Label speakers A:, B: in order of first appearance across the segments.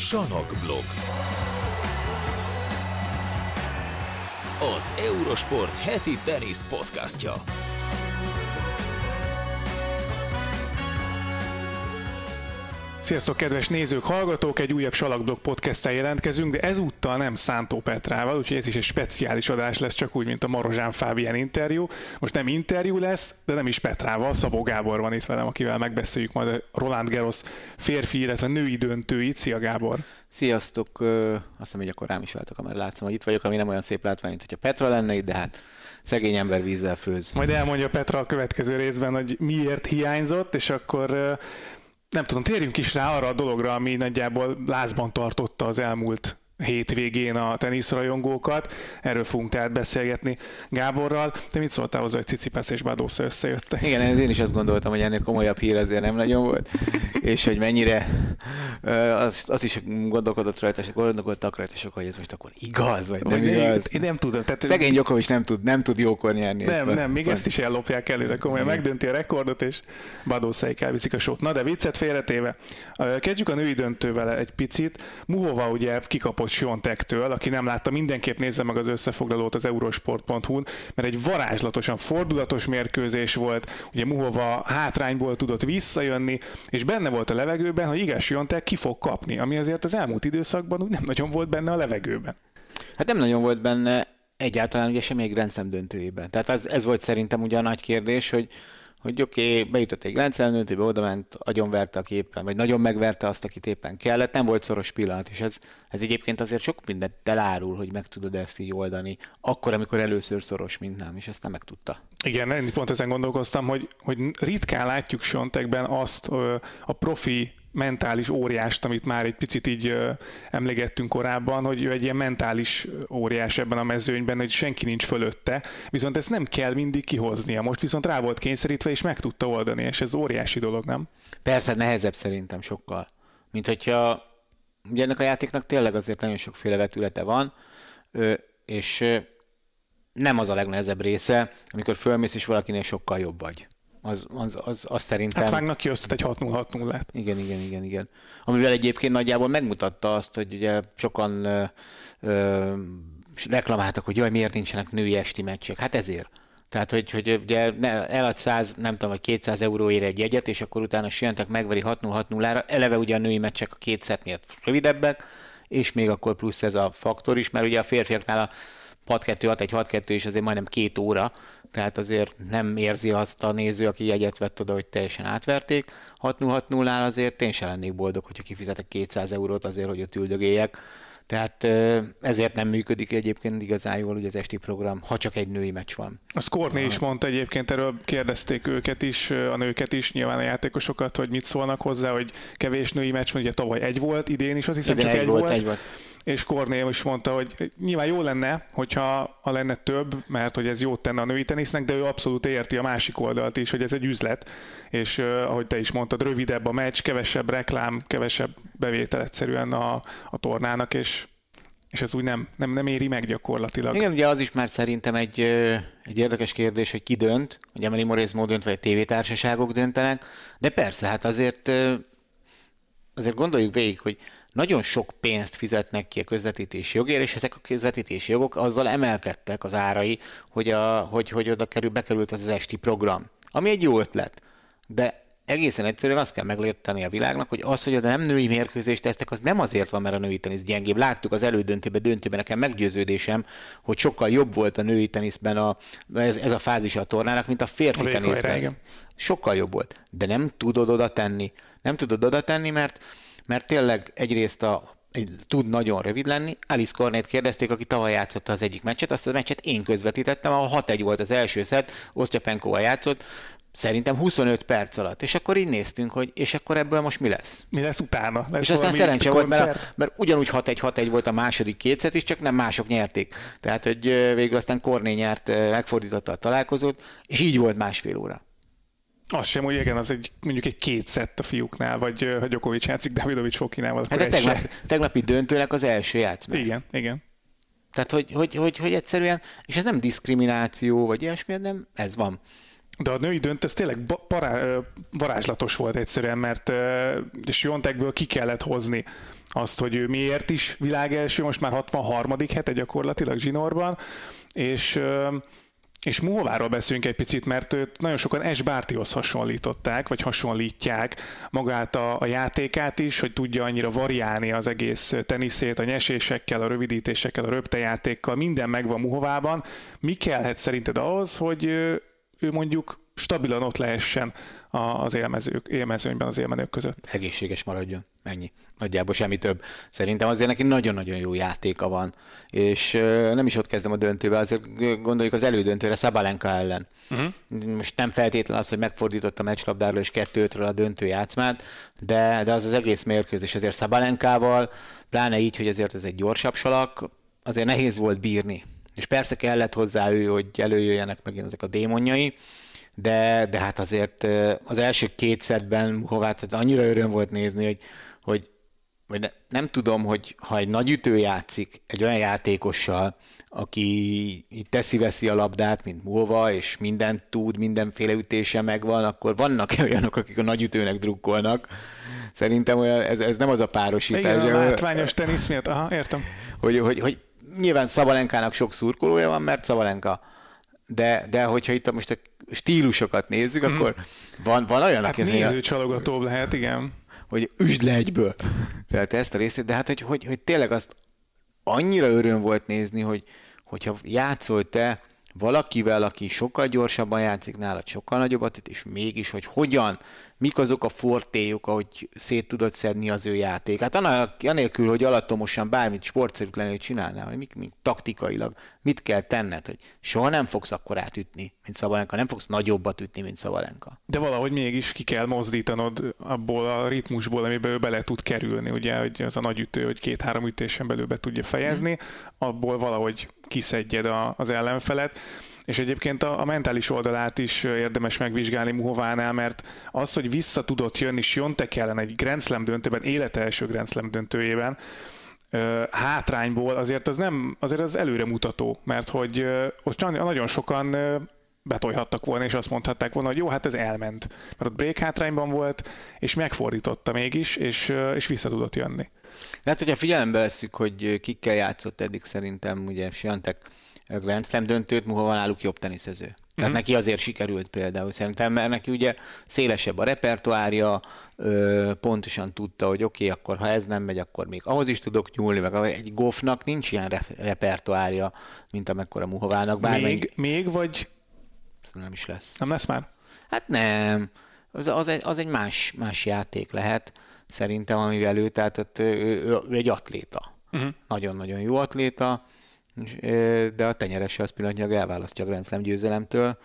A: Salakblog. Az Eurosport heti tenisz podcastja.
B: Sziasztok, kedves nézők, hallgatók! Egy újabb Salakblog podcasttel jelentkezünk, de ezúttal nem Szántó Petrával, úgyhogy ez is egy speciális adás lesz, csak úgy, mint a Marozsán Fábián interjú. Most nem interjú lesz, de nem is Petrával, Szabó Gábor van itt velem, akivel megbeszéljük majd a Roland Garros férfi, illetve női döntőit. Szia, Gábor!
C: Sziasztok! Azt hiszem, hogy akkor rám is váltok, mert látszom, hogy itt vagyok, ami nem olyan szép látvány, mint hogyha Petra lenne itt, de hát szegény ember vízzel főz.
B: Majd elmondja Petra a következő részben, hogy miért hiányzott, és akkor nem tudom, térjünk is rá arra a dologra, ami nagyjából lázban tartotta az elmúlt hétvégén a teniszrajongókat. Erről fogunk tehát beszélgetni Gáborral. Te mit szóltál hozzá, hogy Cicipász és Badosa összejöttek?
C: Igen, én is azt gondoltam, hogy ennél komolyabb hír azért nem nagyon volt, és hogy mennyire azt is gondolkodtak rajta sok, hogy ez most akkor igaz, vagy nem igaz.
B: Én nem tudom. Tehát
C: szegény Djokovic nem tud jókor nyerni.
B: Nem, még ezt is ellopják elő, de komolyan megdönti a rekordot, és Badosaik elviszik a sót. Na de viccet félretéve. Kezdjük a női döntővel egy picit. Muhova ugye kikapott Swiatektől, aki nem látta, mindenképp nézze meg az összefoglalót az eurosport.hu-n, mert egy varázslatosan fordulatos mérkőzés volt, ugye Muhova hátrányból tudott visszajönni, és benne volt a levegőben, hogy Iga Swiatek ki fog kapni, ami azért az elmúlt időszakban úgy nem nagyon volt benne a levegőben.
C: Hát nem nagyon volt benne egyáltalán ugye sem még Grand Slam döntőjében. Tehát ez volt szerintem ugye a nagy kérdés, hogy oké, bejutott egy Grand Slam döntőbe, oda ment, agyonverte, aki éppen, vagy nagyon megverte azt, akit éppen kellett, nem volt szoros pillanat, és ez egyébként azért sok mindent elárul, hogy meg tudod ezt így oldani, akkor, amikor először szoros, mint nem, és ezt nem megtudta.
B: Igen, én pont ezen gondolkoztam, hogy ritkán látjuk Swiatekben azt a profi mentális óriást, amit már egy picit így emlegettünk korábban, hogy ő egy ilyen mentális óriás ebben a mezőnyben, hogy senki nincs fölötte, viszont ezt nem kell mindig kihoznia. Most viszont rá volt kényszerítve, és meg tudta oldani, és ez óriási dolog, nem?
C: Persze, nehezebb szerintem sokkal. Mint hogyha ugye ennek a játéknak tényleg azért nagyon sokféle vetülete van, és nem az a legnehezebb része, amikor fölmész, és valakinél sokkal jobb vagy. Az szerintem...
B: Hát vágnak ki azt egy 6-0-6-0-át.
C: Igen. Amivel egyébként nagyjából megmutatta azt, hogy ugye sokan reklamáltak, hogy jaj, miért nincsenek női esti meccsek. Hát ezért. Tehát, hogy ugye elad 100, nem tudom, vagy 200 euróért egy jegyet, és akkor utána Swiatek megveri 6-0-6-0-ra. Eleve ugye a női meccsek a 2 szett miatt rövidebbek, és még akkor plusz ez a faktor is, mert ugye a férfiaknál a 6-2-6-1-6-2 is azért majdnem 2 óra, tehát azért nem érzi azt a néző, aki jegyet vett oda, hogy teljesen átverték. 6-0-6-0-nál azért én sem lennék boldog, hogyha kifizetek 200 eurót azért, hogy ott üldögéljek. Tehát ezért nem működik egyébként igazán jól ugye az esti program, ha csak egy női meccs van.
B: A Skorné is mondta egyébként, erről kérdezték őket is, a nőket is, nyilván a játékosokat, hogy mit szólnak hozzá, hogy kevés női meccs van, ugye tavaly egy volt, idén is azt hiszem
C: idén
B: csak egy volt.
C: És
B: Kornél is mondta, hogy nyilván jó lenne, hogyha lenne több, mert hogy ez jót tenne a női tenisznek, de ő abszolút érti a másik oldalt is, hogy ez egy üzlet, és ahogy te is mondtad, rövidebb a meccs, kevesebb reklám, kevesebb bevétel egyszerűen a tornának, és ez úgy nem éri meg gyakorlatilag.
C: Igen, ugye az is már szerintem egy érdekes kérdés, hogy ki dönt, hogy Emily Morismo dönt, vagy a tévétársaságok döntenek, de persze, hát azért gondoljuk végig, hogy nagyon sok pénzt fizetnek ki a közvetítési jogért, és ezek a közvetítési jogok azzal emelkedtek az árai, hogy oda bekerült az esti program. Ami egy jó ötlet. De egészen egyszerűen azt kell megérteni a világnak, hogy az, hogy oda nem női mérkőzést tesztek, az nem azért van, mert a női tenisz gyengébb. Láttuk az döntőben nekem meggyőződésem, hogy sokkal jobb volt a női teniszben ez a fázis a tornának, mint a férfi teniszben. Sokkal jobb volt. De nem tudod oda tenni, mert tényleg egyrészt tud nagyon rövid lenni. Alice Cornet kérdezték, aki tavaly játszotta az egyik meccset, azt a meccset én közvetítettem, ahol 6-1 volt az első szett, Osztyapenkóval játszott, szerintem 25 perc alatt. És akkor így néztünk, hogy és akkor ebből most mi lesz?
B: Mi lesz utána?
C: És aztán szerencse volt, mert ugyanúgy 6-1 volt a második 2 szett is, csak nem mások nyerték. Tehát, hogy végül aztán Cornet nyert, megfordította a találkozót, és így volt másfél óra.
B: Az sem, hogy igen, az mondjuk egy 2 szett a fiúknál, vagy ha Djokovic játszik Davidovic Fokinával.
C: Hát a tegnapi döntőnek az első játszmány.
B: Igen.
C: Tehát, hogy egyszerűen, és ez nem diszkrimináció, vagy ilyesmi, nem, ez van.
B: De a női döntő ez tényleg varázslatos volt egyszerűen, mert és Swiatekből ki kellett hozni azt, hogy ő miért is világelső, most már 63. hete gyakorlatilag zsinórban, és Muhováról beszélünk egy picit, mert őt nagyon sokan Ash Bartyhoz hasonlították, vagy hasonlítják magát a játékát is, hogy tudja annyira variálni az egész teniszét, a nyesésekkel, a rövidítésekkel, a röptejátékkal, minden megvan Muhovában. Mi kellhet szerinted ahhoz, hogy ő mondjuk stabilan ott lehessen az élmezőnyben, az élmenők között?
C: Egészséges maradjon, ennyi. Nagyjából semmi több. Szerintem azért neki nagyon-nagyon jó játéka van, és nem is ott kezdem a döntővel, azért gondoljuk az elődöntőre Sabalenka ellen. Most nem feltétlen az, hogy megfordított a meccslabdáról és 2-5-ről a döntő játszmát, de az az egész mérkőzés azért Sabalenkával, pláne így, hogy azért ez egy gyorsabb salak, azért nehéz volt bírni. És persze kellett hozzá ő, hogy előjöjjenek megint ezek a démonjai, de hát azért az első 2 szettben Muhovát annyira öröm volt nézni, hogy nem tudom, hogy ha egy nagy ütő játszik egy olyan játékossal, aki teszi-veszi a labdát, mint Muhova, és mindent tud, mindenféle ütése megvan, akkor vannak olyanok, akik a nagy ütőnek drukkolnak. Szerintem ez nem az a párosítás.
B: Igen, a látványos tenisz miatt, értem.
C: Hogy nyilván Sabalenkának sok szurkolója van, mert Sabalenka, de hogyha itt most a stílusokat nézzük, akkor van olyan,
B: aki... Hát nézőcsalogatóbb lehet, igen.
C: Hogy üsd le egyből. Tehát ezt a részét, de hát hogy tényleg azt annyira öröm volt nézni, hogyha játszol te valakivel, aki sokkal gyorsabban játszik nálad, sokkal nagyobbat, és mégis, hogy hogyan, mik azok a fortéjuk, ahogy szét tudod szedni az ő játékát. Anélkül, hogy alattomosan bármit sportszerűtlenül csinálnál, hogy mik taktikailag, mit kell tenned, hogy soha nem fogsz akkorát ütni, mint Sabalenka, nem fogsz nagyobbat ütni, mint Sabalenka.
B: De valahogy mégis ki kell mozdítanod abból a ritmusból, amiben ő bele tud kerülni, ugye, hogy az a nagy ütő, hogy 2-3 ütésen belül be tudja fejezni, abból valahogy kiszedjed az ellenfelet. És egyébként a mentális oldalát is érdemes megvizsgálni Muhovánál, mert az, hogy vissza tudott jönni Swiatek ellen egy Grand Slam döntőben, élete első Grand Slam döntőjében, hátrányból, azért az előremutató, mert hogy ott nagyon sokan betolhattak volna, és azt mondhatták volna, hogy jó, hát ez elment. Mert ott break hátrányban volt, és megfordította mégis, és vissza tudott jönni.
C: De hát, hogyha figyelembe vesszük, hogy kikkel játszott eddig szerintem, ugye Swiatek Grand Slam döntőt, Muhova náluk jobb teniszező. Tehát neki azért sikerült például szerintem, mert neki ugye szélesebb a repertoárja, pontosan tudta, hogy oké, akkor ha ez nem megy, akkor még ahhoz is tudok nyúlni, meg egy Goffnak nincs ilyen repertoárja, mint amekkora Muhovának.
B: Még vagy?
C: Nem is lesz.
B: Nem lesz már?
C: Hát nem. Az egy más játék lehet szerintem, amivel ő, tehát ő egy atléta. Nagyon-nagyon jó atléta, de a tenyerese az pillanatnyilag elválasztja a Grand Slam győzelemtől,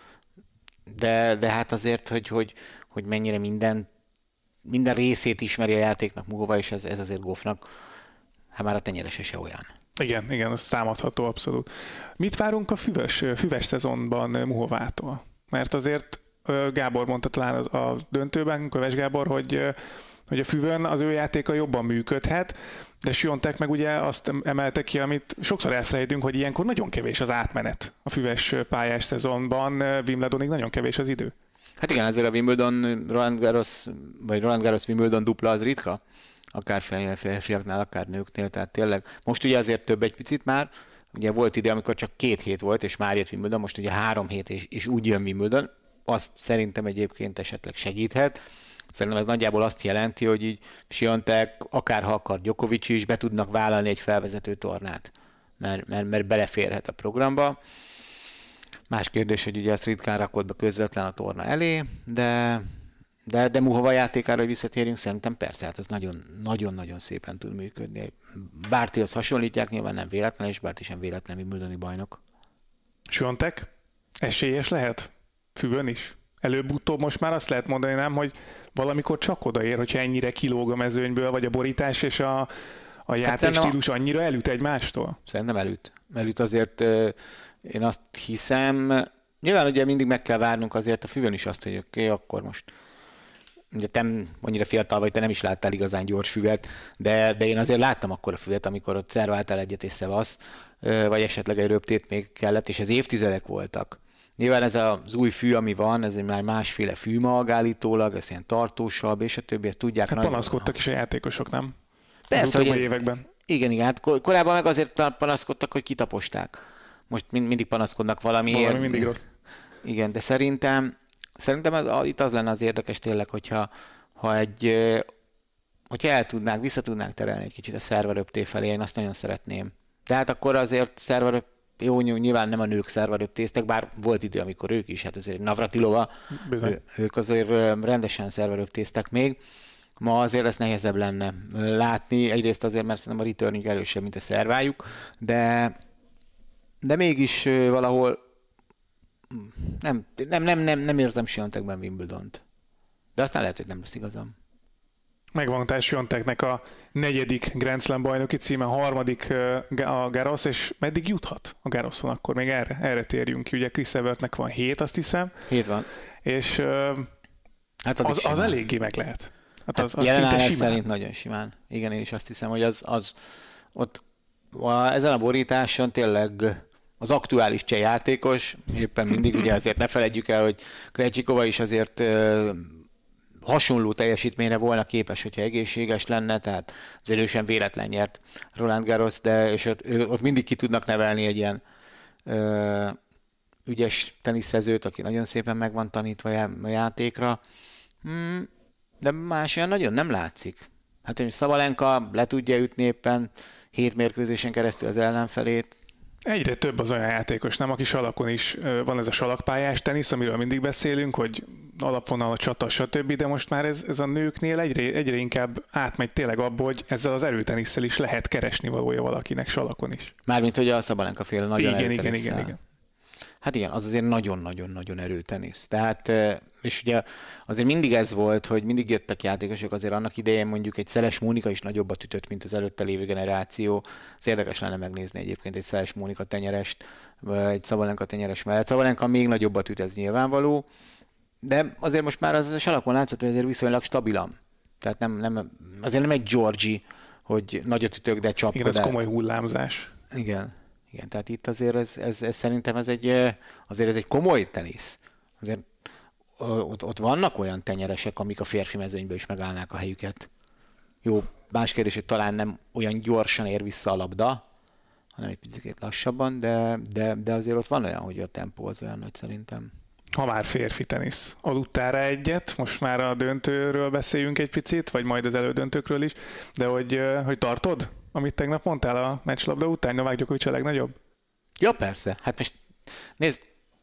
C: de hát azért, hogy mennyire minden részét ismeri a játéknak Muhova, és ez azért Goffnak, hát már a tenyerese se olyan.
B: Igen, ez támadható abszolút. Mit várunk a füves szezonban Muhovától? Mert azért Gábor mondta talán a döntőben, Köves Gábor, hogy a füvön az ő játéka jobban működhet, de Swiatek meg ugye azt emelte ki, amit sokszor elfelejtünk, hogy ilyenkor nagyon kevés az átmenet a füves pályás szezonban, Wimbledonig nagyon kevés az idő.
C: Hát igen, ezért a Wimbledon, Roland Garros Wimbledon dupla az ritka, akár férfiaknál, akár nőknél, tehát tényleg. Most ugye azért több egy picit már, ugye volt ide, amikor csak 2 hét volt, és már jött Wimbledon, most ugye 3 hét, és úgy jön Wimbledon, azt szerintem egyébként esetleg segíthet. Szerintem ez nagyjából azt jelenti, hogy így Swiatek, akárha akar Djokovic is, be tudnak vállalni egy felvezető tornát, mert beleférhet a programba. Más kérdés, hogy ugye ezt ritkán rakod be közvetlen a torna elé, de Muhova játékára, hogy visszatérjünk, szerintem persze, hát ez nagyon-nagyon szépen tud működni. Bartyhoz hasonlítják, nyilván nem véletlen, és Barty sem véletlen Wimbledoni bajnok.
B: Swiatek esélyes lehet? Füvön is? Előbb-utóbb most már azt lehet mondani, nem, hogy valamikor csak odaér, hogyha ennyire kilóg a mezőnyből, vagy a borítás és a játékstílus annyira elüt egymástól?
C: Szerintem elüt azért, én azt hiszem, nyilván ugye mindig meg kell várnunk azért a füvön is azt, hogy oké, akkor most ugye te annyira fiatal vagy, te nem is láttál igazán gyors füvet, de én azért láttam akkor a füvet, amikor ott szerváltál egyet és szevasz, vagy esetleg egy röptét még kellett, és ez évtizedek voltak. Nyilván ez az új fű, ami van, ez egy már másféle fűmag állítólag, ez ilyen tartósabb, és a többi, ezt tudják.
B: Hát panaszkodtak is a játékosok, nem?
C: Persze,
B: hogy években.
C: Igen, hát korábban meg azért panaszkodtak, hogy kitaposták. Most mindig panaszkodnak valamiért.
B: Valami mindig rossz.
C: Igen, de szerintem itt az lenne az érdekes tényleg, hogyha el tudnánk, vissza tudnánk terelni egy kicsit a szerveröpté felé, én azt nagyon szeretném. De hát akkor azért jó, nyilván nem a nők szerveröptéztek, bár volt idő, amikor ők is, hát azért Navratilova, ők azért rendesen szerveröptéztek még. Ma azért ezt nehezebb lenne látni, egyrészt azért, mert szerintem a returning erősebb, mint a szervájuk, de mégis valahol nem érzem Swiatekben Wimbledont. De aztán lehet, hogy nem lesz igazam.
B: Megvan tehát Swiateknek a 4. Grand Slam bajnoki címe, a 3. a Garros, és meddig juthat a Garroson? Akkor még erre térjünk ki. Ugye Chris Evertnek van 7, azt hiszem.
C: 7 van.
B: És hát az eléggé meg lehet. Hát az
C: jelen
B: szinte
C: állás
B: simán.
C: szerint nagyon simán. Igen, én is azt hiszem, hogy az ott ezen a borításon tényleg az aktuális cseh játékos, éppen mindig, ugye azért ne feledjük el, hogy Krejcikova is azért hasonló teljesítményre volna képes, hogyha egészséges lenne, tehát az erősen véletlen nyert Roland Garros, de és ott mindig ki tudnak nevelni egy ilyen ügyes teniszezőt, aki nagyon szépen meg van tanítva a játékra, de más olyan nagyon nem látszik. Hát, hogy Szabalenka le tudja ütni éppen 7 mérkőzésen keresztül az ellenfelét.
B: Egyre több az olyan játékos, nem? Aki salakon is van ez a salakpályás tenisz, amiről mindig beszélünk, hogy alapvonal, a csata, stb., de most már ez a nőknél egyre inkább átmegy tényleg abba, hogy ezzel az erőtenisszel is lehet keresni valója valakinek salakon is.
C: Mármint, hogy a Szabalenka féle nagyon erőtenisszel.
B: Igen.
C: Hát igen, az azért nagyon-nagyon-nagyon erőtenisz. Tehát, és ugye azért mindig ez volt, hogy mindig jöttek játékosok, azért annak idején mondjuk egy Szeles Mónika is nagyobbat ütött, mint az előtte lévő generáció. Az érdekes lenne megnézni egyébként egy Szeles Mónika tenyerest, vagy egy Szabalenka tenyeres mellett. Szabalenka még nagyobbat üt, ez nyilvánvaló, de azért most már az a salakon látszott, hogy azért viszonylag stabilan. Tehát azért nem egy Georgi, hogy nagyot ütök, de csapkod.
B: Igen, ez komoly hullámzás.
C: Igen, tehát itt azért ez szerintem ez egy komoly tenisz. Azért ott vannak olyan tenyeresek, amik a férfi mezőnyben is megállnák a helyüket. Jó, más kérdés, hogy talán nem olyan gyorsan ér vissza a labda, hanem egy picit lassabban, de azért ott van olyan, hogy a tempó az olyan nagy szerintem.
B: Ha már férfi tenisz. Aludtál rá egyet, most már a döntőről beszéljünk egy picit, vagy majd az elődöntőkről is, de hogy tartod, amit tegnap mondtál a meccslabda után, Novák Djokovic a legnagyobb?
C: Ja, persze. Hát most nézd,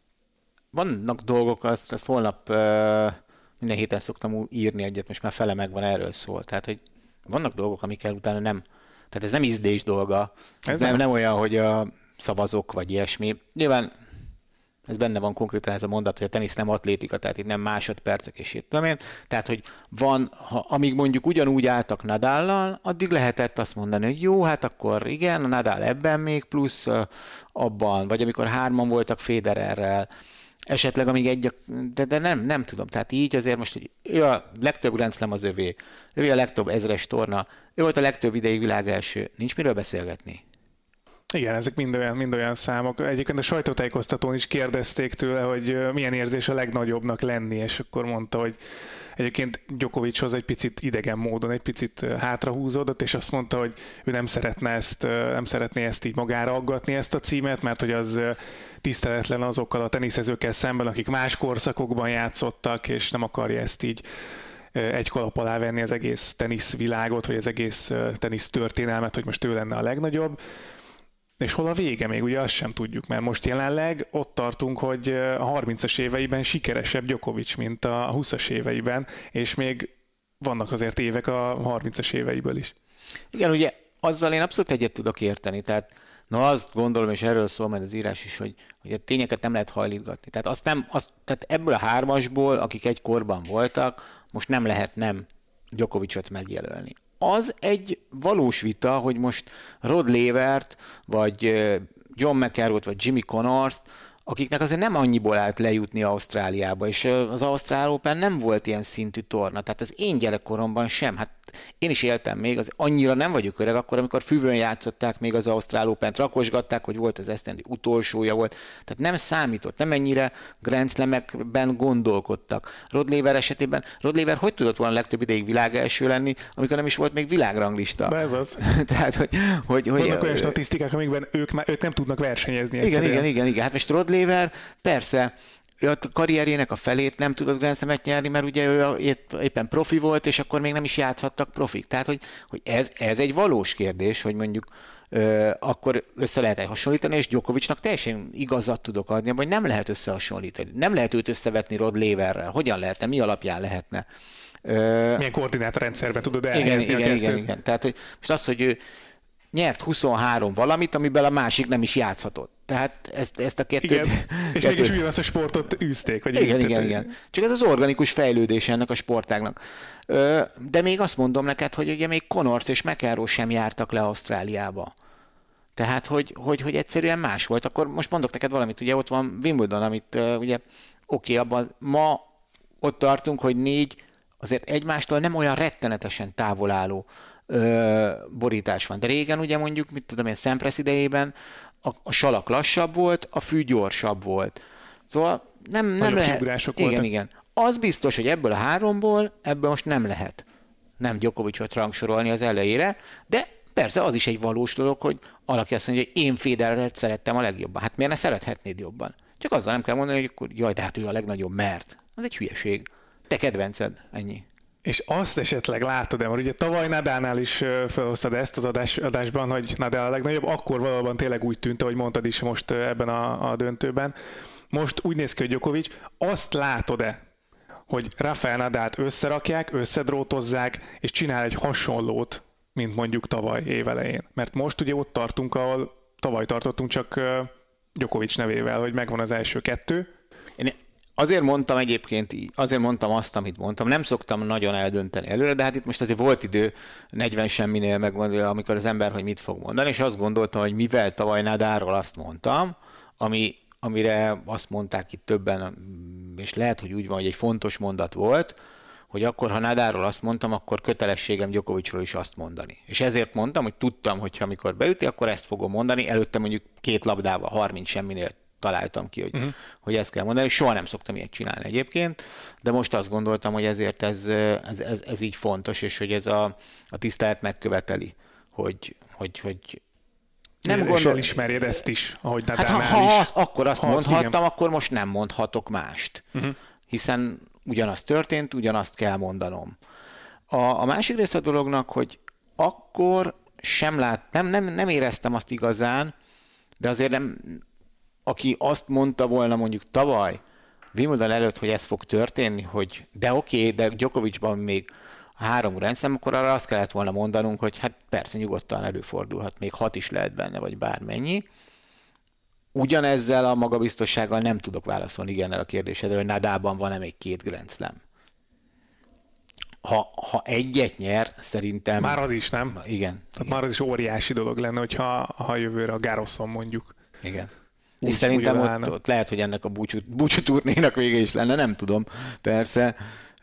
C: vannak dolgok, azt holnap minden héten szoktam írni egyet, most már fele megvan, erről szól. Tehát, hogy vannak dolgok, amikkel utána nem, tehát ez nem ízlés dolga, ez nem olyan, hogy szavazok, vagy ilyesmi. Nyilván ez benne van konkrétan ez a mondat, hogy a tenisz nem atlétika, tehát itt nem másodpercek és itt tudom én. Tehát, hogy van, amíg mondjuk ugyanúgy álltak Nadállal, addig lehetett azt mondani, hogy jó, hát akkor igen, a Nadal ebben még plusz abban, vagy amikor 3-an voltak Federerrel, esetleg amíg de nem tudom. Tehát így azért most, hogy ő a legtöbb Grand Slam az övé, ő a legtöbb 1000-es torna, ő volt a legtöbb ideig világelső, nincs miről beszélgetni.
B: Igen, ezek mind olyan számok. Egyébként a sajtótájékoztatón is kérdezték tőle, hogy milyen érzés a legnagyobbnak lenni, és akkor mondta, hogy egyébként Djokovichoz egy picit idegen módon, egy picit hátrahúzódott, és azt mondta, hogy ő nem szeretné ezt így magára aggatni, ezt a címet, mert hogy az tiszteletlen azokkal a teniszezőkkel szemben, akik más korszakokban játszottak, és nem akarja ezt így egy kalap alá venni az egész teniszvilágot, vagy az egész tenisz történelmet, hogy most ő lenne a legnagyobb. És hol a vége még, ugye azt sem tudjuk, mert most jelenleg ott tartunk, hogy a 30-as éveiben sikeresebb Djokovic, mint a 20-as éveiben, és még vannak azért évek a 30-as éveiből is. Igen,
C: ugye azzal én abszolút egyet tudok érteni, tehát azt gondolom, és erről szól majd az írás is, hogy a tényeket nem lehet hajlítgatni. Tehát, tehát ebből a 3-asból, akik egy korban voltak, most nem lehet nem Djokovicot megjelölni. Az egy valós vita, hogy most Rod Lavert, vagy John McEnroe-t, vagy Jimmy Connors-t akiknek azért nem annyiból állt lejutni Ausztráliába, és az Ausztrál Open nem volt ilyen szintű torna, tehát az én gyerekkoromban sem. Hát én is éltem még, az annyira nem vagyok öreg, akkor, amikor füvön játszották még az Ausztrál Opent, rakosgatták, hogy volt az esztendi utolsója volt, tehát nem számított, nem ennyire Grand Slamekben gondolkodtak. Rod Laver esetében, Rod Laver hogy tudott volna legtöbb ideig világelső lenni, amikor nem is volt még világranglista?
B: De ez az.
C: Tehát, hogy
B: vannak olyan statisztikák, amikben ők nem tudnak versenyezni.
C: Igen. Hát most Rod Laver, persze, ő a karrierjének a felét nem tudott Grand Slamet nyerni, mert ugye ő éppen profi volt, és akkor még nem is játszhattak profik. Tehát, hogy ez egy valós kérdés, hogy mondjuk akkor össze lehet hasonlítani, és Djokovicnak teljesen igazat tudok adni, hogy nem lehet összehasonlítani. Nem lehet őt összevetni Rod Laverrel. Hogyan lehetne? Mi alapján lehetne?
B: Milyen koordinátorrendszerben tudod elhelyezni a kettőt?
C: Igen. Tehát, hogy most az, hogy ő nyert 23 valamit, amiben a másik nem is játszhatott. Tehát ezt a kettőt...
B: Igen, és mégis ugyanazt a sportot űzték. Vagy
C: igen. Csak ez az organikus fejlődés ennek a sportágnak. De még azt mondom neked, hogy ugye még Connors és McEnroe sem jártak le Ausztráliába. Tehát, hogy egyszerűen más volt. Akkor most mondok neked valamit, ugye ott van Wimbledon, amit ugye abban ma ott tartunk, hogy 4 azért egymástól nem olyan rettenetesen távol álló borítás van. De régen ugye mondjuk, mit tudom én, Sampras idejében a salak lassabb volt, a fű gyorsabb volt. Szóval nem lehet... Igen. Az biztos, hogy ebből a 3-ból, ebből most nem lehet nem Djokovicot rangsorolni az elejére, de persze az is egy valós dolog, hogy valaki azt mondja, hogy én Federert szerettem a legjobban. Hát miért ne szerethetnéd jobban? Csak azzal nem kell mondani, hogy akkor jaj, de hát ő a legnagyobb, mert. Az egy hülyeség. Te kedvenced, ennyi.
B: És azt esetleg látod-e, mert ugye tavaly Nadalnál is felhoztad ezt az adásban, hogy Nadal a legnagyobb, akkor valóban tényleg úgy tűnt, ahogy mondtad is most ebben a döntőben. Most úgy néz ki, hogy Djokovic, azt látod-e, hogy Rafael Nadalt összerakják, összedrótozzák, és csinál egy hasonlót, mint mondjuk tavaly évelején. Mert most ugye ott tartunk, ahol tavaly tartottunk, csak Djokovic nevével, hogy megvan az első 2.
C: Én azért mondtam egyébként, azért mondtam azt, amit mondtam. Nem szoktam nagyon eldönteni előre, de hát itt most azért volt idő 40 semminél megmondani, amikor az ember, hogy mit fog mondani, és azt gondoltam, hogy mivel tavaly Nadalról azt mondtam, amire azt mondták itt többen, és lehet, hogy úgy van, hogy egy fontos mondat volt, hogy akkor, ha Nadalról azt mondtam, akkor kötelességem Djokovicról is azt mondani. És ezért mondtam, hogy tudtam, hogy amikor beüti, akkor ezt fogom mondani. Előtte mondjuk 2 labdával, 30 semminél találtam ki, hogy ezt kell mondani. Soha nem szoktam ilyet csinálni egyébként, de most azt gondoltam, hogy ezért ez így fontos, és hogy ez a tisztelet megköveteli, hogy
B: nem és elismerjed ezt is, ahogy Nadalnál
C: hát, akkor azt mondhattam, igen. Akkor most nem mondhatok mást. Hiszen ugyanaz történt, ugyanazt kell mondanom. A másik része a dolognak, hogy akkor sem nem éreztem azt igazán, de azért nem, aki azt mondta volna mondjuk tavaly, Wimbledon előtt, hogy ez fog történni, hogy de oké, de Djokovicban még 3 Grand Slam, akkor arra azt kellett volna mondanunk, hogy hát persze nyugodtan előfordulhat, még 6 is lehet benne, vagy bármennyi. Ugyanezzel a magabiztossággal nem tudok válaszolni igennel a kérdésedre, hogy Nadalban van-e még 2 Grand Slam. Ha egyet nyer, szerintem...
B: Már az is, nem?
C: Igen.
B: Tehát
C: igen.
B: Már az is óriási dolog lenne, hogyha jövőre a Garroson mondjuk.
C: Igen. És szerintem ott lehet, hogy ennek a búcsú turnénak vége is lenne, nem tudom. Persze.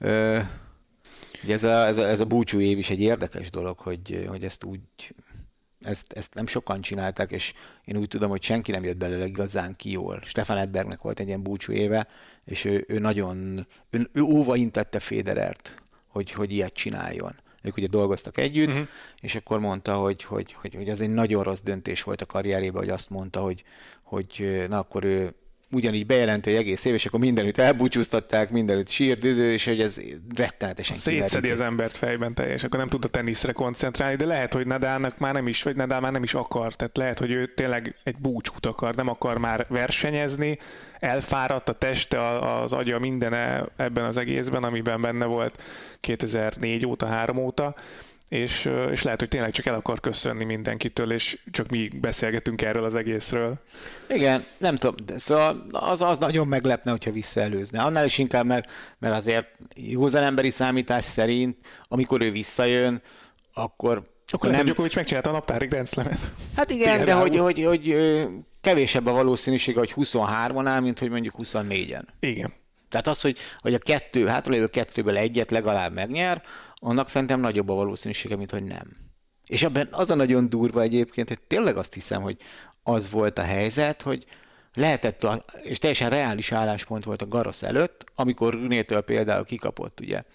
C: Ugye ez a búcsú év is egy érdekes dolog, hogy ezt úgy... Ezt nem sokan csinálták, és én úgy tudom, hogy senki nem jött belőle igazán ki jól. Stefan Edbergnek volt egy ilyen búcsú éve, és ő nagyon... Ő óva intette Federert, hogy ilyet csináljon. Ők ugye dolgoztak együtt, és akkor mondta, hogy ez egy nagyon rossz döntés volt a karrierében, hogy azt mondta, hogy na akkor ő ugyanígy bejelenti, hogy egész év, és akkor mindenütt elbúcsúztatták, mindenütt sírt, és hogy ez rettenetesen
B: szétszedi az embert fejben teljes, akkor nem tud a teniszre koncentrálni, de lehet, hogy Nadalnak már nem is, vagy Nadal már nem is akar, tehát lehet, hogy ő tényleg egy búcsút akar, nem akar már versenyezni, elfáradt a teste, az agya, minden ebben az egészben, amiben benne volt 2004 óta, 3 óta, és lehet, hogy tényleg csak el akar köszönni mindenkitől, és csak mi beszélgetünk erről az egészről.
C: Igen, nem tudom, de szóval az nagyon meglepne, hogyha visszaelőzne. Annál is inkább, mert azért józan emberi számítás szerint, amikor ő visszajön, akkor
B: nem... Djokovic megcsinálta a naptári Grand Slamet.
C: Hát igen, de hogy kevésebb a valószínűsége, hogy 23-on áll, mint hogy mondjuk 24-en.
B: Igen.
C: Tehát az, hogy a hátralévő kettőből egyet legalább megnyer, annak szerintem nagyobb a valószínűsége, mint hogy nem. És abban az a nagyon durva egyébként, hogy tényleg azt hiszem, hogy az volt a helyzet, hogy lehetett, és teljesen reális álláspont volt a Garros előtt, amikor Rünétől például kikapott ugye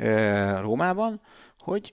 C: Rómában, hogy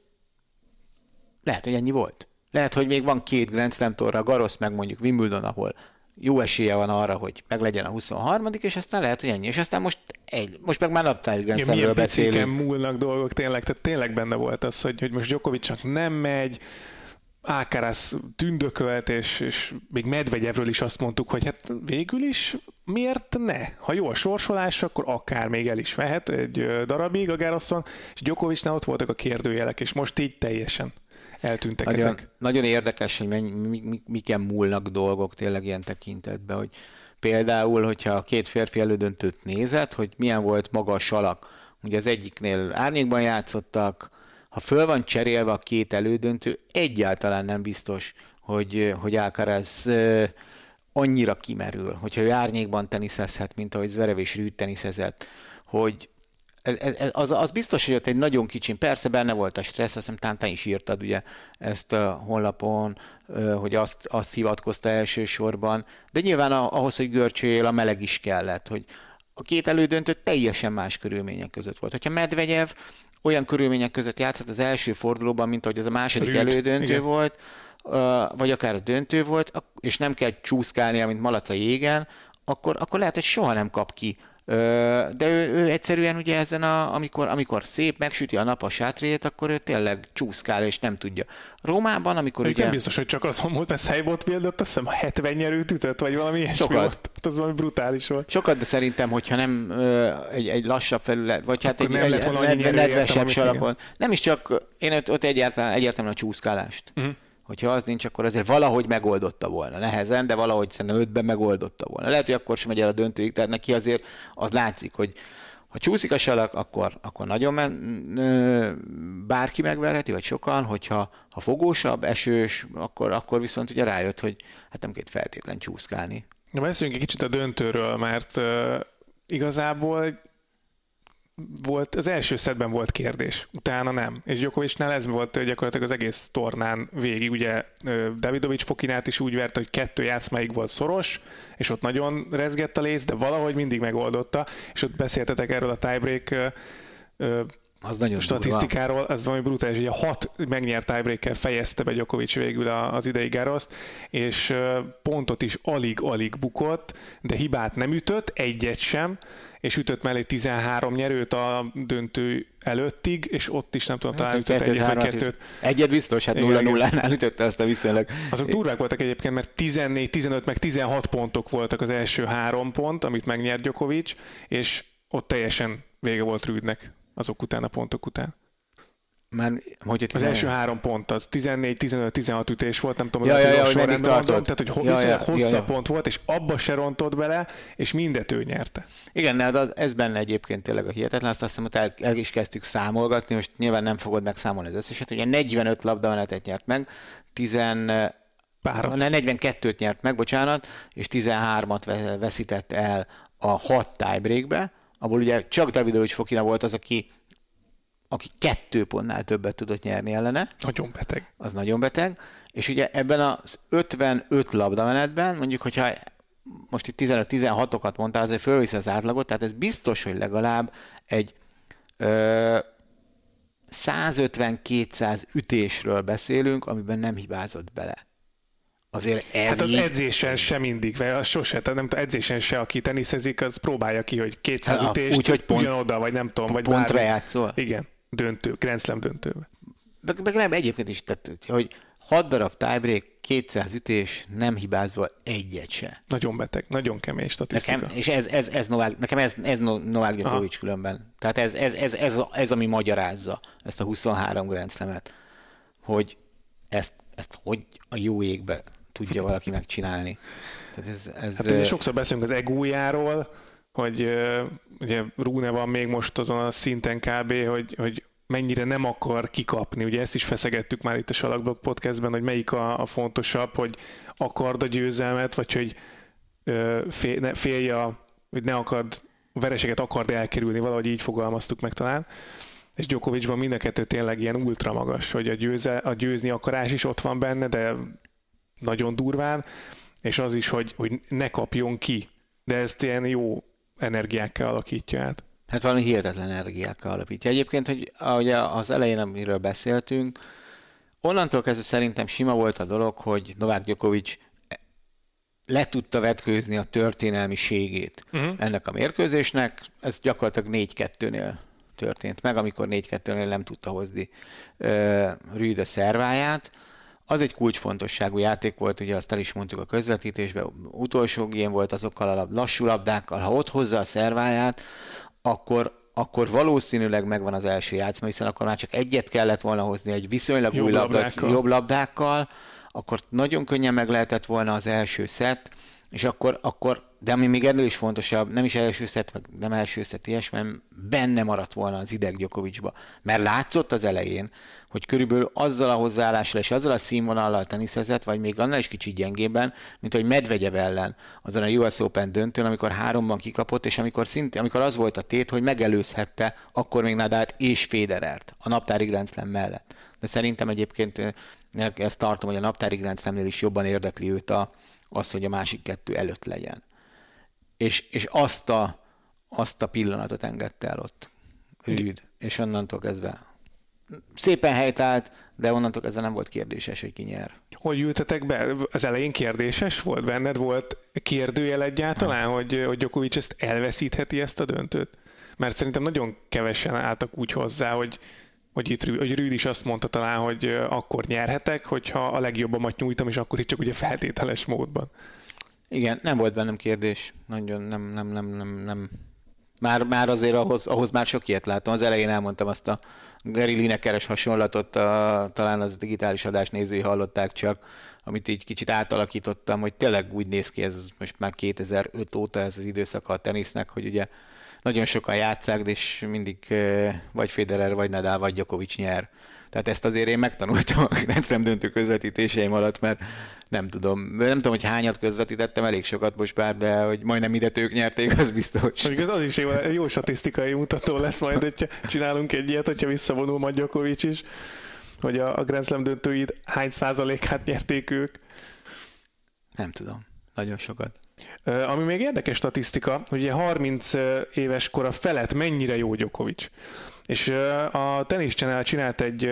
C: lehet, hogy ennyi volt. Lehet, hogy még van 2 Grand Slam torna, a Garros meg mondjuk Wimbledon, ahol jó esélye van arra, hogy meglegyen a 23., és aztán lehet, hogy ennyi. És aztán most meg már naptári Grand Slamről beszélünk.
B: Milyen piciken múlnak dolgok tényleg, tehát tényleg benne volt az, hogy most Djokovicnak nem megy, Alcaraz tündökölt, és még Medvegyevről is azt mondtuk, hogy hát végül is miért ne? Ha jó a sorsolás, akkor akár még el is mehet egy darabig a Garroson, és Djokovicnál ott voltak a kérdőjelek, és most így teljesen eltűntek ezek.
C: Nagyon érdekes, hogy miken múlnak dolgok tényleg ilyen tekintetben, hogy például, hogyha a 2 férfi elődöntőt nézed, hogy milyen volt maga a salak. Ugye az egyiknél árnyékban játszottak, ha föl van cserélve a 2 elődöntő, egyáltalán nem biztos, hogy Alcaraz annyira kimerül, hogyha ő árnyékban teniszezhet, mint ahogy Zverev és Rüd teniszezett, hogy az biztos, hogy ott egy nagyon kicsin, persze benne volt a stressz, azt hiszem te is írtad ugye ezt a honlapon, hogy azt hivatkozta elsősorban, de nyilván ahhoz, hogy görcsöljél, a meleg is kellett, hogy a 2 elődöntő teljesen más körülmények között volt. Hogyha Medvegyev olyan körülmények között játszhat az első fordulóban, mint ahogy az a második elődöntő igen. volt, vagy akár a döntő volt, és nem kell csúszkálnia, mint malac a jégen, akkor lehet, hogy soha nem kap ki. De ő egyszerűen ugye ezen, amikor szép, megsüti a nap a sátrét, akkor ő tényleg csúszkál, és nem tudja. Rómában, amikor
B: ugye...
C: Nem
B: biztos, hogy csak azon volt, mert Seibold például, azt hiszem 70 nyerőt ütött, vagy valami ilyesmi volt. Az valami brutális volt.
C: Sokat, de szerintem, hogyha nem egy lassabb felület, vagy hát
B: akkor
C: egy nedvesebb salakon. Nem is csak, én ott egyértelműen a csúszkálást. Uh-huh. Hogyha az nincs, akkor azért valahogy megoldotta volna. Nehezen, de valahogy szerintem 5-ben megoldotta volna. Lehet, hogy akkor sem megy el a döntőig, tehát neki azért az látszik, hogy ha csúszik a salak, akkor nagyon bárki megverheti, vagy sokan, hogyha fogósabb, esős, akkor viszont ugye rájött, hogy hát nem kell feltétlen csúszkálni.
B: Beszéljünk egy kicsit a döntőről, mert igazából volt, az első szettben volt kérdés, utána nem. És Djokovicnál ez volt gyakorlatilag az egész tornán végig. Ugye Davidovics Fokinát is úgy verte, hogy 2 játszmáig volt szoros, és ott nagyon rezgett a léc, de valahogy mindig megoldotta, és ott beszéltetek erről a tiebreak
C: az nagyon
B: statisztikáról,
C: durva.
B: az valami brutális, hogy a 6 megnyert tiebreak-kel fejezte be Djokovic végül az idei Garrost, és pontot is alig-alig bukott, de hibát nem ütött, egyet sem, és ütött mellé 13 nyerőt a döntő előttig, és ott is nem tudom, talán ütött egyet vagy 2-t.
C: Egyet biztos, hát 0-0-nál ütötte azt a viszonylag.
B: Azok durvák voltak egyébként, mert 14, 15, meg 16 pontok voltak az első 3 pont, amit megnyert Djokovic, és ott teljesen vége volt Rüdnek azok után, a pontok után. Az első 3 pont, az 14, 15, 16 ütés volt, nem tudom,
C: hogy meddig tartott.
B: Tehát, hogy viszonylag hosszabb pont volt, és abba se rontott bele, és mindet ő nyerte.
C: Igen, de ez benne egyébként tényleg a hihetetlen, azt hiszem, hogy el is kezdtük számolgatni, most nyilván nem fogod megszámolni az összeset, ugye 45 labdamenetet nyert meg, 42-t nyert meg, bocsánat, és 13-at veszített el a 6 tiebreakbe, abból ugye csak Davidovics Fokina volt az, aki 2 pontnál többet tudott nyerni ellene.
B: Nagyon beteg.
C: Az nagyon beteg. És ugye ebben az 55 labdamenetben, mondjuk, hogyha most itt 15-16-okat mondtál, azért fölviszi az átlagot, tehát ez biztos, hogy legalább egy 150-200 ütésről beszélünk, amiben nem hibázott bele. Azért ez
B: hát az edzésen sem mindig, vagy az sose, tehát nem edzésen se, aki teniszezik, az próbálja ki, hogy 200 ütést
C: úgy, hogy
B: ugyanoda, vagy nem tudom, vagy
C: pontra
B: bármi.
C: játszol.
B: Igen, döntő, Grand Slam döntőben.
C: Meg nem egyébként is, tehát, hogy 6 darab tiebreak, 200 ütés, nem hibázva egyet se.
B: Nagyon beteg, nagyon kemény statisztika.
C: Nekem, és nekem ez Novák Djokovic különben. Tehát ez, ami magyarázza ezt a 23 Grand Slamet, hogy ezt hogy a jó égbe tudja valaki megcsinálni. Tehát
B: hát ugye sokszor beszélünk az egójáról, hogy ugye Rune van még most azon a szinten kb., hogy mennyire nem akar kikapni. Ugye ezt is feszegettük már itt a Salakblog podcastben, hogy melyik a fontosabb, hogy akard a győzelmet, vagy hogy félje, vagy ne akard, a vereséget akard elkerülni, valahogy így fogalmaztuk meg talán. És Djokovicban mind a kettő tényleg ilyen ultra magas, hogy a győzni akarás is ott van benne, de nagyon durván, és az is, hogy ne kapjon ki. De ezt ilyen jó energiákkal alakítja át.
C: Hát valami hihetetlen energiákkal alapítja. Egyébként, hogy ugye az elején, amiről beszéltünk, onnantól kezdve szerintem sima volt a dolog, hogy Novák Djokovic le tudta vetkőzni a történelmiségét ennek a mérkőzésnek. Ez gyakorlatilag 4-2-nél történt meg, amikor 4-2-nél nem tudta hozni Rüd a szerváját. Az egy kulcsfontosságú játék volt, ugye azt el is mondtuk a közvetítésben, utolsó game volt azokkal a lassú labdákkal, ha ott hozza a szerváját, akkor valószínűleg megvan az első játszma, hiszen akkor már csak egyet kellett volna hozni egy viszonylag jobb labdákkal, akkor nagyon könnyen meg lehetett volna az első szett, és akkor de ami még ennél is fontosabb, nem is első szett, meg nem első szett ilyesmi, mert benne maradt volna az ideg Djokovicba. Mert látszott az elején, hogy körülbelül azzal a hozzáállással és azzal a színvonallal teniszezett, vagy még annál is kicsit gyengében, mint hogy Medvegyev ellen azon a US Open döntőn, amikor 3-ban kikapott, és amikor az volt a tét, hogy megelőzhette akkor még Nadált és Federert a naptári Grand Slam mellett. De szerintem egyébként ezt tartom, hogy a naptári Grand Slamnél is jobban érdekli őt az, hogy a másik kettő előtt legyen. És azt a pillanatot engedte el ott Rüd, és onnantól kezdve szépen helytált, de onnantól kezdve nem volt kérdéses, hogy ki nyer.
B: Hogy ültetek be? Az elején kérdéses volt benned? Volt kérdőjel egyáltalán, hogy Djokovic ezt elveszítheti ezt a döntőt? Mert szerintem nagyon kevesen álltak úgy hozzá, hogy Rüd is azt mondta talán, hogy akkor nyerhetek, hogyha a legjobbamat nyújtom, és akkor itt csak ugye feltételes módban.
C: Igen, nem volt bennem kérdés. Nagyon nem. Már azért ahhoz már sok ilyet láttam. Az elején elmondtam azt a Gary Linekeres hasonlatot, talán az digitális adás nézői hallották csak, amit így kicsit átalakítottam, hogy tényleg úgy néz ki ez most már 2005 óta ez az időszaka a tenisznek, hogy ugye nagyon sokan játsszák, de és mindig vagy Federer, vagy Nadal, vagy Djokovic nyer. Tehát ezt azért én megtanultam a Grand Slam döntő közvetítéseim alatt, mert nem tudom, hogy hányat közvetítettem, elég sokat most bár, de hogy majdnem mindet ők nyerték, az biztos.
B: Az is jó statisztikai mutató lesz majd, hogyha csinálunk egy ilyet, hogyha visszavonul majd Djokovic is, hogy a Grand Slam döntőid hány százalékát nyerték ők.
C: Nem tudom, nagyon sokat.
B: Ami még érdekes statisztika, hogy ugye 30 éves kora felett mennyire jó Djokovic. És a Tennis Channel csinált egy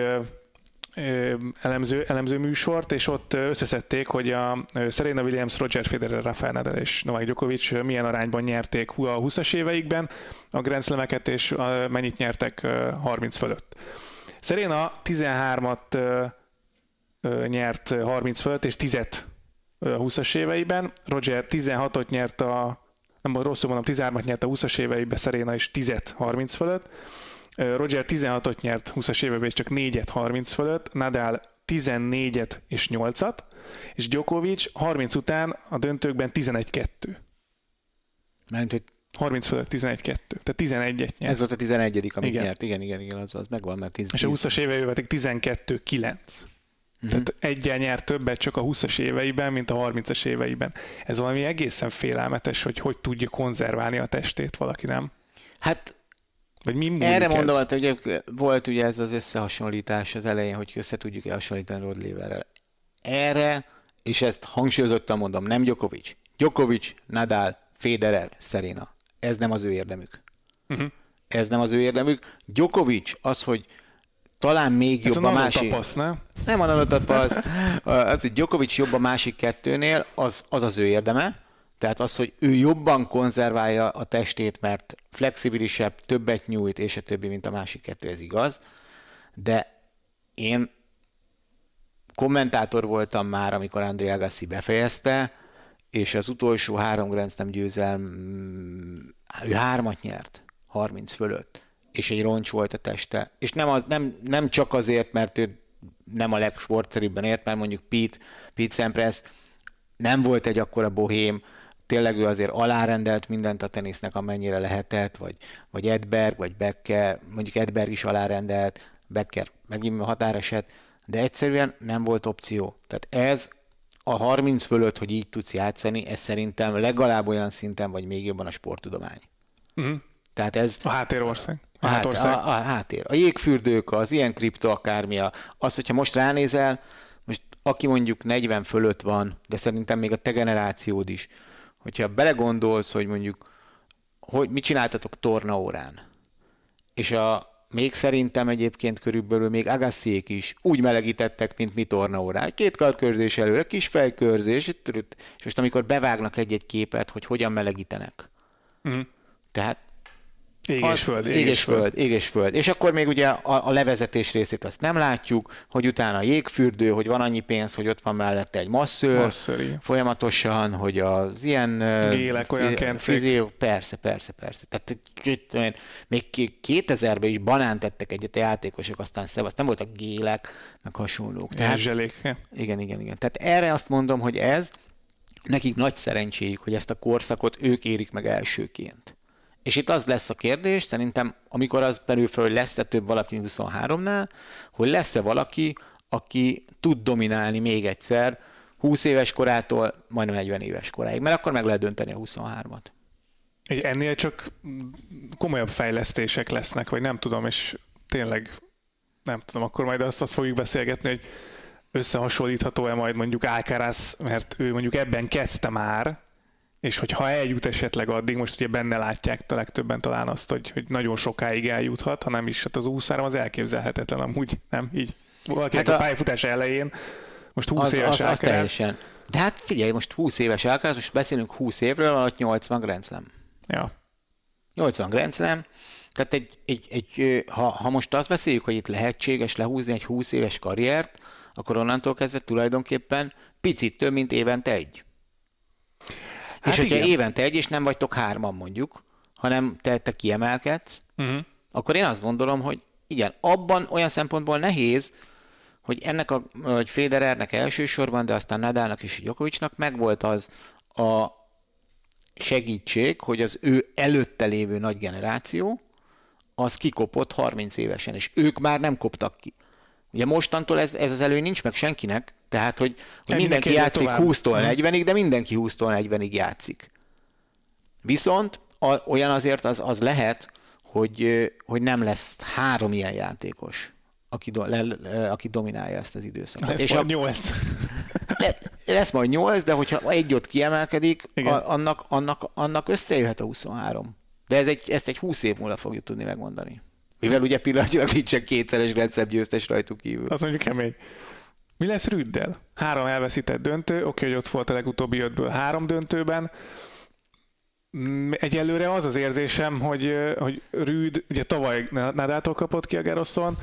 B: elemző műsort, és ott összeszedték, hogy a Serena Williams, Roger Federer, Rafael Nadal és Novak Djokovic milyen arányban nyerték a 20-as éveikben a Grand Slam-eket, és mennyit nyertek 30 fölött. Serena 13-at nyert 30 fölött, és 10-et 20-as éveiben. Roger 16-ot nyert nem rosszul mondom, 13-at nyert a 20-as éveiben, Serena is 10-et 30 fölött. Roger 16-ot nyert 20-as éveiben, és csak 4-et 30 fölött. Nadal 14-et és 8-at, és Djokovic 30 után a döntőkben 11-2.
C: Mert hogy
B: 30 fölött 11-2, tehát 11-et nyert.
C: Ez volt a 11. amit nyert, igen, az megvan, mert 10.
B: És a 20-as éveiben pedig 12-9. Tehát egyen nyert többet csak a 20-as éveiben, mint a 30-as éveiben. Ez valami egészen félelmetes, hogy tudja konzerválni a testét valaki, nem?
C: Hát
B: vagy mi
C: erre mondom, hogy ugye, volt ugye ez az összehasonlítás az elején, hogy össze tudjuk hasonlítani Rod Laverrel. Erre, és ezt hangsúlyozottan mondom, nem Djokovic. Djokovic, Nadal, Federer, Serena. Ez nem az ő érdemük. Ez nem az ő érdemük. Djokovic az, hogy talán még jobb a másik...
B: Tapasz, nem?
C: Nem a nanotapasz. Az, hogy Djokovic jobb a másik kettőnél, az ő érdeme. Tehát az, hogy ő jobban konzerválja a testét, mert flexibilisebb, többet nyújt, és a többi, mint a másik kettő, ez igaz. De én kommentátor voltam már, amikor André Agassi befejezte, és az utolsó 3 Grand Slam győzelm, ő 3-at nyert, 30 fölött, és egy roncs volt a teste. És nem csak azért, mert ő nem a legsportszerűbben ért, mert mondjuk Pete Sampras nem volt egy akkora bohém, tényleg ő azért alárendelt mindent a tenisznek, amennyire lehetett, vagy Edberg, vagy Becker, mondjuk Edberg is alárendelt, Becker megint határeset, de egyszerűen nem volt opció. Tehát ez a 30 fölött, hogy így tudsz játszani, ez szerintem legalább olyan szinten, vagy még jobban a sporttudomány. Tehát ez...
B: A háttérország.
C: A háttér. A jégfürdők, az ilyen kripto akármi, az, hogyha most ránézel, most aki mondjuk 40 fölött van, de szerintem még a te generációd is, hogyha belegondolsz, hogy mondjuk, hogy mit csináltatok tornaórán, és még szerintem egyébként körülbelül még Agassiék is úgy melegítettek, mint mi tornaórán. 2 karkörzés előre, kis fejkörzés, és most amikor bevágnak egy-egy képet, hogy hogyan melegítenek. Tehát Ég és föld. És akkor még ugye a levezetés részét azt nem látjuk, hogy utána a jégfürdő, hogy van annyi pénz, hogy ott van mellette egy masszőr, folyamatosan, hogy az ilyen...
B: Gélek, olyan kencék.
C: Persze. Tehát még 2000-ben is banánt tettek egyet a játékosok, aztán nem voltak gélek, meg hasonlók.
B: Zselék.
C: Igen. Tehát erre azt mondom, hogy nekik nagy szerencséjük, hogy ezt a korszakot ők érik meg elsőként. És itt az lesz a kérdés, szerintem, amikor az belül fel, hogy lesz-e több valaki 23-nál, hogy lesz-e valaki, aki tud dominálni még egyszer 20 éves korától majdnem 40 éves koráig, mert akkor meg lehet dönteni a 23-at.
B: Ennél csak komolyabb fejlesztések lesznek, vagy nem tudom, és tényleg nem tudom, akkor majd azt fogjuk beszélgetni, hogy összehasonlítható-e majd mondjuk Alcaraz, mert ő mondjuk ebben kezdte már, és hogyha eljut esetleg addig, most ugye benne látják a legtöbben talán azt, hogy nagyon sokáig eljuthat, ha nem is, hát az 23 az elképzelhetetlen amúgy, nem így. Valaki hát a pályafutás elején, most 20 éves Alcaraz.
C: Teljesen. De hát figyelj, most 20 éves Alcaraz, most beszélünk 20 évről, alatt 80 Grand Slam.
B: Ja.
C: 80 Grand Slam, tehát ha most azt beszéljük, hogy itt lehetséges lehúzni egy 20 éves karriert, akkor onnantól kezdve tulajdonképpen picit több, mint évente egy. Hát és hogyha évente egy, és nem vagytok 3-an mondjuk, hanem te kiemelkedsz, akkor én azt gondolom, hogy igen, abban olyan szempontból nehéz, hogy ennek vagy Federernek elsősorban, de aztán Nadalnak és Djokovicnak megvolt az a segítség, hogy az ő előtte lévő nagy generáció, az kikopott 30 évesen, és ők már nem koptak ki. Ugye mostantól ez az előny nincs meg senkinek, tehát, hogy mindenki játszik 20-tól 40-ig, de mindenki 20-tól 40-ig játszik. Viszont olyan azért az lehet, hogy nem lesz 3 ilyen játékos, aki dominálja ezt az időszakot.
B: Lesz majd 8.
C: Lesz majd 8, de hogyha egy ott kiemelkedik, annak összejöhet a 23. De ezt egy 20 év múlva fogjuk tudni megmondani. Mivel ugye pillanatilag nincsen 2-szeres Grand Slam győztes rajtuk kívül.
B: Az mondjuk kemény. Mi lesz Rüddel? 3 elveszített döntő, oké, hogy ott volt a legutóbbi 5-ből 3 döntőben. Egyelőre az az érzésem, hogy Rüd, ugye tavaly Nadaltól kapott ki a Garroson,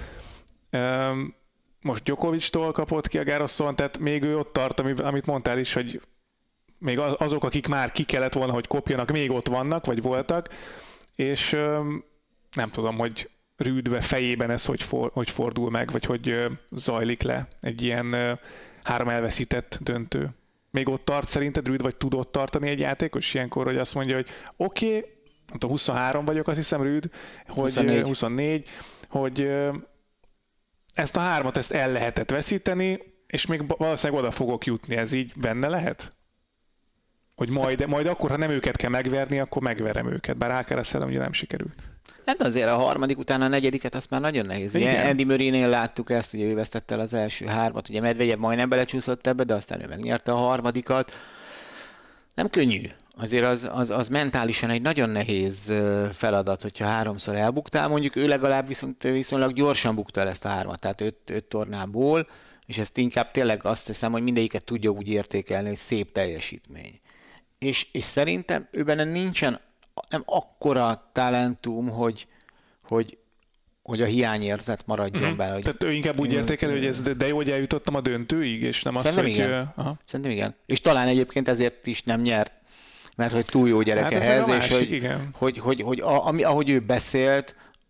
B: most Djokovictól kapott ki a Garroson, tehát még ő ott tart, amit mondtál is, hogy még azok, akik már ki kellett volna, hogy kopjanak, még ott vannak, vagy voltak, és nem tudom, hogy Rüdbe fejében ez hogy fordul meg, vagy hogy zajlik le egy ilyen 3 elveszített döntő. Még ott tart szerinted Rüd, vagy tud ott tartani egy játékos ilyenkor, hogy azt mondja, hogy oké, nem tudom, 23 vagyok, azt hiszem Rüd, hogy 24, hogy ezt a 3-at ezt el lehetett veszíteni, és még valószínűleg oda fogok jutni, ez így benne lehet? Hogy majd akkor, ha nem őket kell megverni, akkor megverem őket, bár Alcaraz-szel ugye nem sikerült.
C: Hát azért a 3. után a 4. azt már nagyon nehéz. Ugye Andy Murraynél láttuk ezt, ugye ő vesztette el az első 3-at, ugye Medvegyev majdnem belecsúszott ebbe, de aztán ő megnyerte a 3-at. Nem könnyű. Azért az mentálisan egy nagyon nehéz feladat, hogyha 3-szor elbuktál. Mondjuk ő legalább viszonylag gyorsan bukta el ezt a 3-at, tehát 5 tornából, és ezt inkább tényleg azt hiszem, hogy mindegyiket tudja úgy értékelni, hogy szép teljesítmény. És szerintem ő benne nincsen nem akkora talentum, hogy a hiányérzet maradjon bele.
B: Tehát ő inkább úgy értékelő, hogy ez de jó, hogy eljutottam a döntőig, és nem azt, hogy...
C: Szerintem igen. És talán egyébként ezért is nem nyert, mert hogy túl jó gyerek ehhez, és ahogy ő beszélt,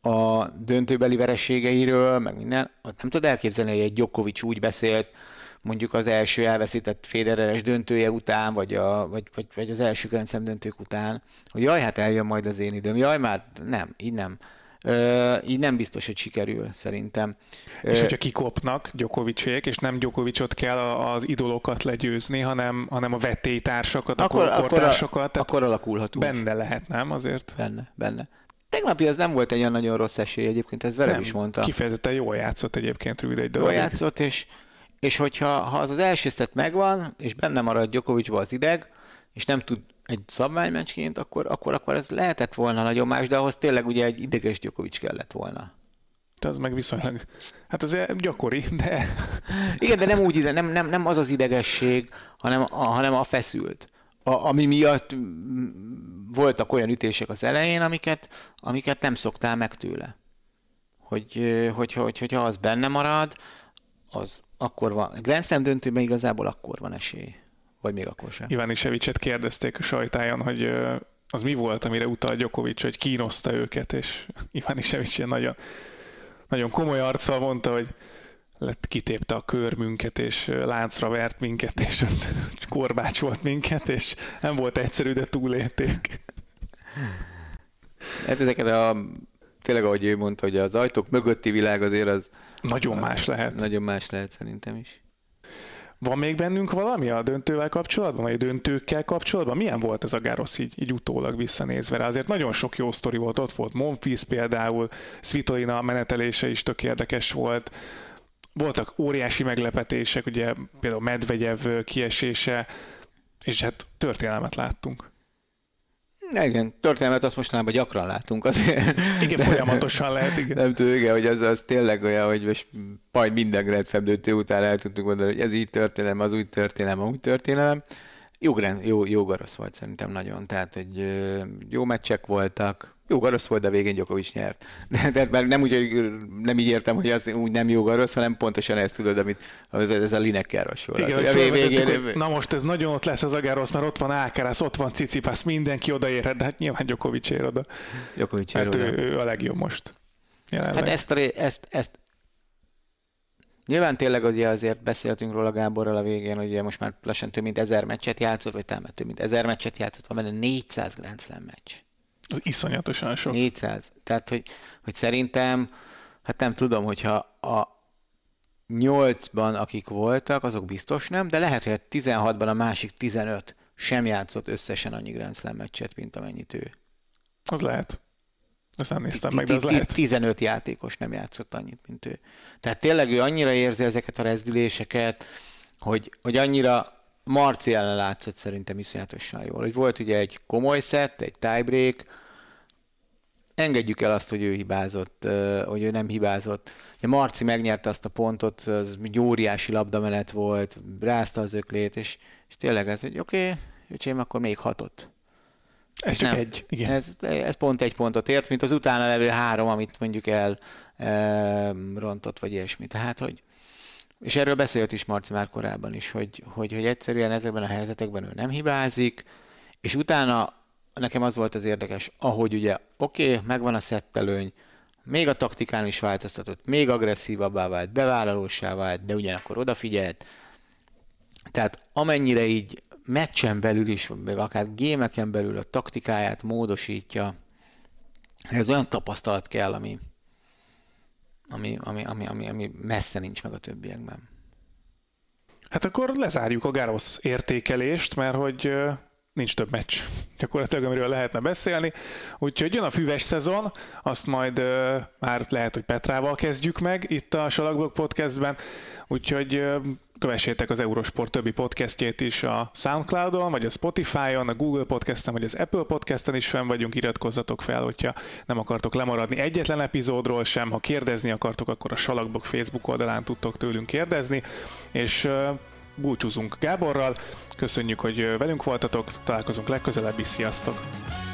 C: a döntőbeli vereségeiről, meg minden, nem tudod elképzelni, hogy egy Djokovic úgy beszélt, mondjuk az első elveszített Federeres döntője után, vagy az első Grand Slam döntők után, hogy jaj, hát eljön majd az én időm. Jaj, már nem, így nem. Így nem biztos, hogy sikerül, szerintem.
B: És hogyha kikopnak Djokovicék, és nem Djokovicot kell az idolokat legyőzni, hanem a vetélytársakat, a kortársakat.
C: Akkor alakulhat úgy.
B: Benne lehet, nem azért?
C: Benne. Tegnapi ez nem volt egy olyan nagyon rossz esély egyébként, ez Zverev is mondta.
B: Kifejezetten jól játszott egyébként Rüd egy darabig.
C: Jól játszott, és hogyha az első szett megvan, és benne marad Djokovicba az ideg, és nem tud egy szabványmeccsként, akkor ez lehetett volna nagyon más, de ahhoz tényleg ugye egy ideges Djokovic kellett volna.
B: De az meg viszonylag, hát az gyakori, de...
C: Igen, de nem úgy nem az az idegesség, hanem a feszült. Ami miatt voltak olyan ütések az elején, amiket nem szoktál meg tőle. Hogyha az benne marad, az akkor van. Grand Slam döntőben igazából akkor van esély. Vagy még akkor sem.
B: Ivanisevicet kérdezték a sajtájon, hogy az mi volt, amire utalt Djokovic, hogy kínoszta őket, és Ivanisevic ilyen nagyon, nagyon komoly arccal mondta, hogy kitépte a körmünket, és láncra vert minket, és korbácsolt minket, és nem volt egyszerű, de túlélték.
C: Hát ezeket tényleg, ahogy ő mondta, hogy az ajtók mögötti világ azért az...
B: Nagyon más lehet.
C: Nagyon más lehet szerintem is.
B: Van még bennünk valami a döntővel kapcsolatban, vagy a döntőkkel kapcsolatban? Milyen volt ez a Garros így utólag visszanézve rá? Azért nagyon sok jó sztori volt, ott volt Monfils például, Svitolina menetelése is tök érdekes volt. Voltak óriási meglepetések, ugye például Medvegyev kiesése, és hát történelmet láttunk.
C: Igen, történelmet azt mostanában gyakran látunk azért.
B: Igen, folyamatosan lehet, igen.
C: Nem tudom, igen, hogy az tényleg olyan, hogy most majd minden Grand Slam döntő után el tudtuk mondani, hogy ez így történelem, az úgy történelem, amúgy történelem. Jó Garros volt szerintem nagyon, tehát hogy jó meccsek voltak, jó Garros volt, de végén Djokovic nyert. De már nem nem így értem, hogy az úgy nem jó Garros, hanem pontosan ezt tudod, amit ez a Lineker hasonló.
B: Igen, na most ez nagyon ott lesz az a Garros, mert ott van Alcaraz, ott van Tsitsipas, mindenki odaérhet, de hát nyilván Djokovic ér oda. Mert ő a legjobb most. Jelenleg.
C: Hát ezt nyilván tényleg azért beszéltünk róla Gáborral a végén, hogy most már lassan több mint 1000 meccset játszott, vagy talán több mint 1000 meccset játszott, van benne 400 Grand Slam meccs.
B: Az iszonyatosan sok.
C: 400. Tehát, hogy szerintem, hát nem tudom, hogyha a 8-ban akik voltak, azok biztos nem, de lehet, hogy a 16-ban a másik 15 sem játszott összesen annyi Grand Slam meccset, mint amennyit ő.
B: Az lehet. Ezt nem néztem meg, de az lehet.
C: 15 játékos nem játszott annyit, mint ő. Tehát tényleg ő annyira érzi ezeket a rezdüléseket, hogy annyira Marci ellen látszott szerintem iszonyatosan jól. Hogy volt ugye egy komoly szett, egy tiebreak, engedjük el azt, hogy ő hibázott, hogy ő nem hibázott. Ugye Marci megnyerte azt a pontot, az egy óriási labdamenet volt, rázta az öklét, és tényleg ez, hogy oké, öcsém, akkor még 6-ot.
B: Ez csak nem, egy, igen.
C: Ez pont egy pontot ért, mint az utána levő 3, amit mondjuk rontott, vagy ilyesmi. Tehát, hogy és erről beszélt is Marci már korábban is, hogy egyszerűen ezekben a helyzetekben ő nem hibázik, és utána nekem az volt az érdekes, ahogy ugye megvan a szettelőny, még a taktikán is változtatott, még agresszívabbá vált, bevállalósá vált, de ugyanakkor odafigyelt. Tehát amennyire így meccsen belül is, vagy akár gémeken belül a taktikáját módosítja, ez olyan tapasztalat kell, ami messze nincs meg a többiekben.
B: Hát akkor lezárjuk a Garros értékelést, mert hogy nincs több meccs gyakorlatilag, amiről lehetne beszélni. Úgyhogy jön a füves szezon, azt majd már lehet, hogy Petrával kezdjük meg itt a Salakblog Podcastben, úgyhogy kövessétek az Eurosport többi podcastjét is a Soundcloudon, vagy a Spotify-on, a Google Podcasten, vagy az Apple Podcasten is fenn vagyunk, iratkozzatok fel, hogyha nem akartok lemaradni egyetlen epizódról sem, ha kérdezni akartok, akkor a Salakblog Facebook oldalán tudtok tőlünk kérdezni, és búcsúzunk Gáborral, köszönjük, hogy velünk voltatok, találkozunk legközelebb is, sziasztok!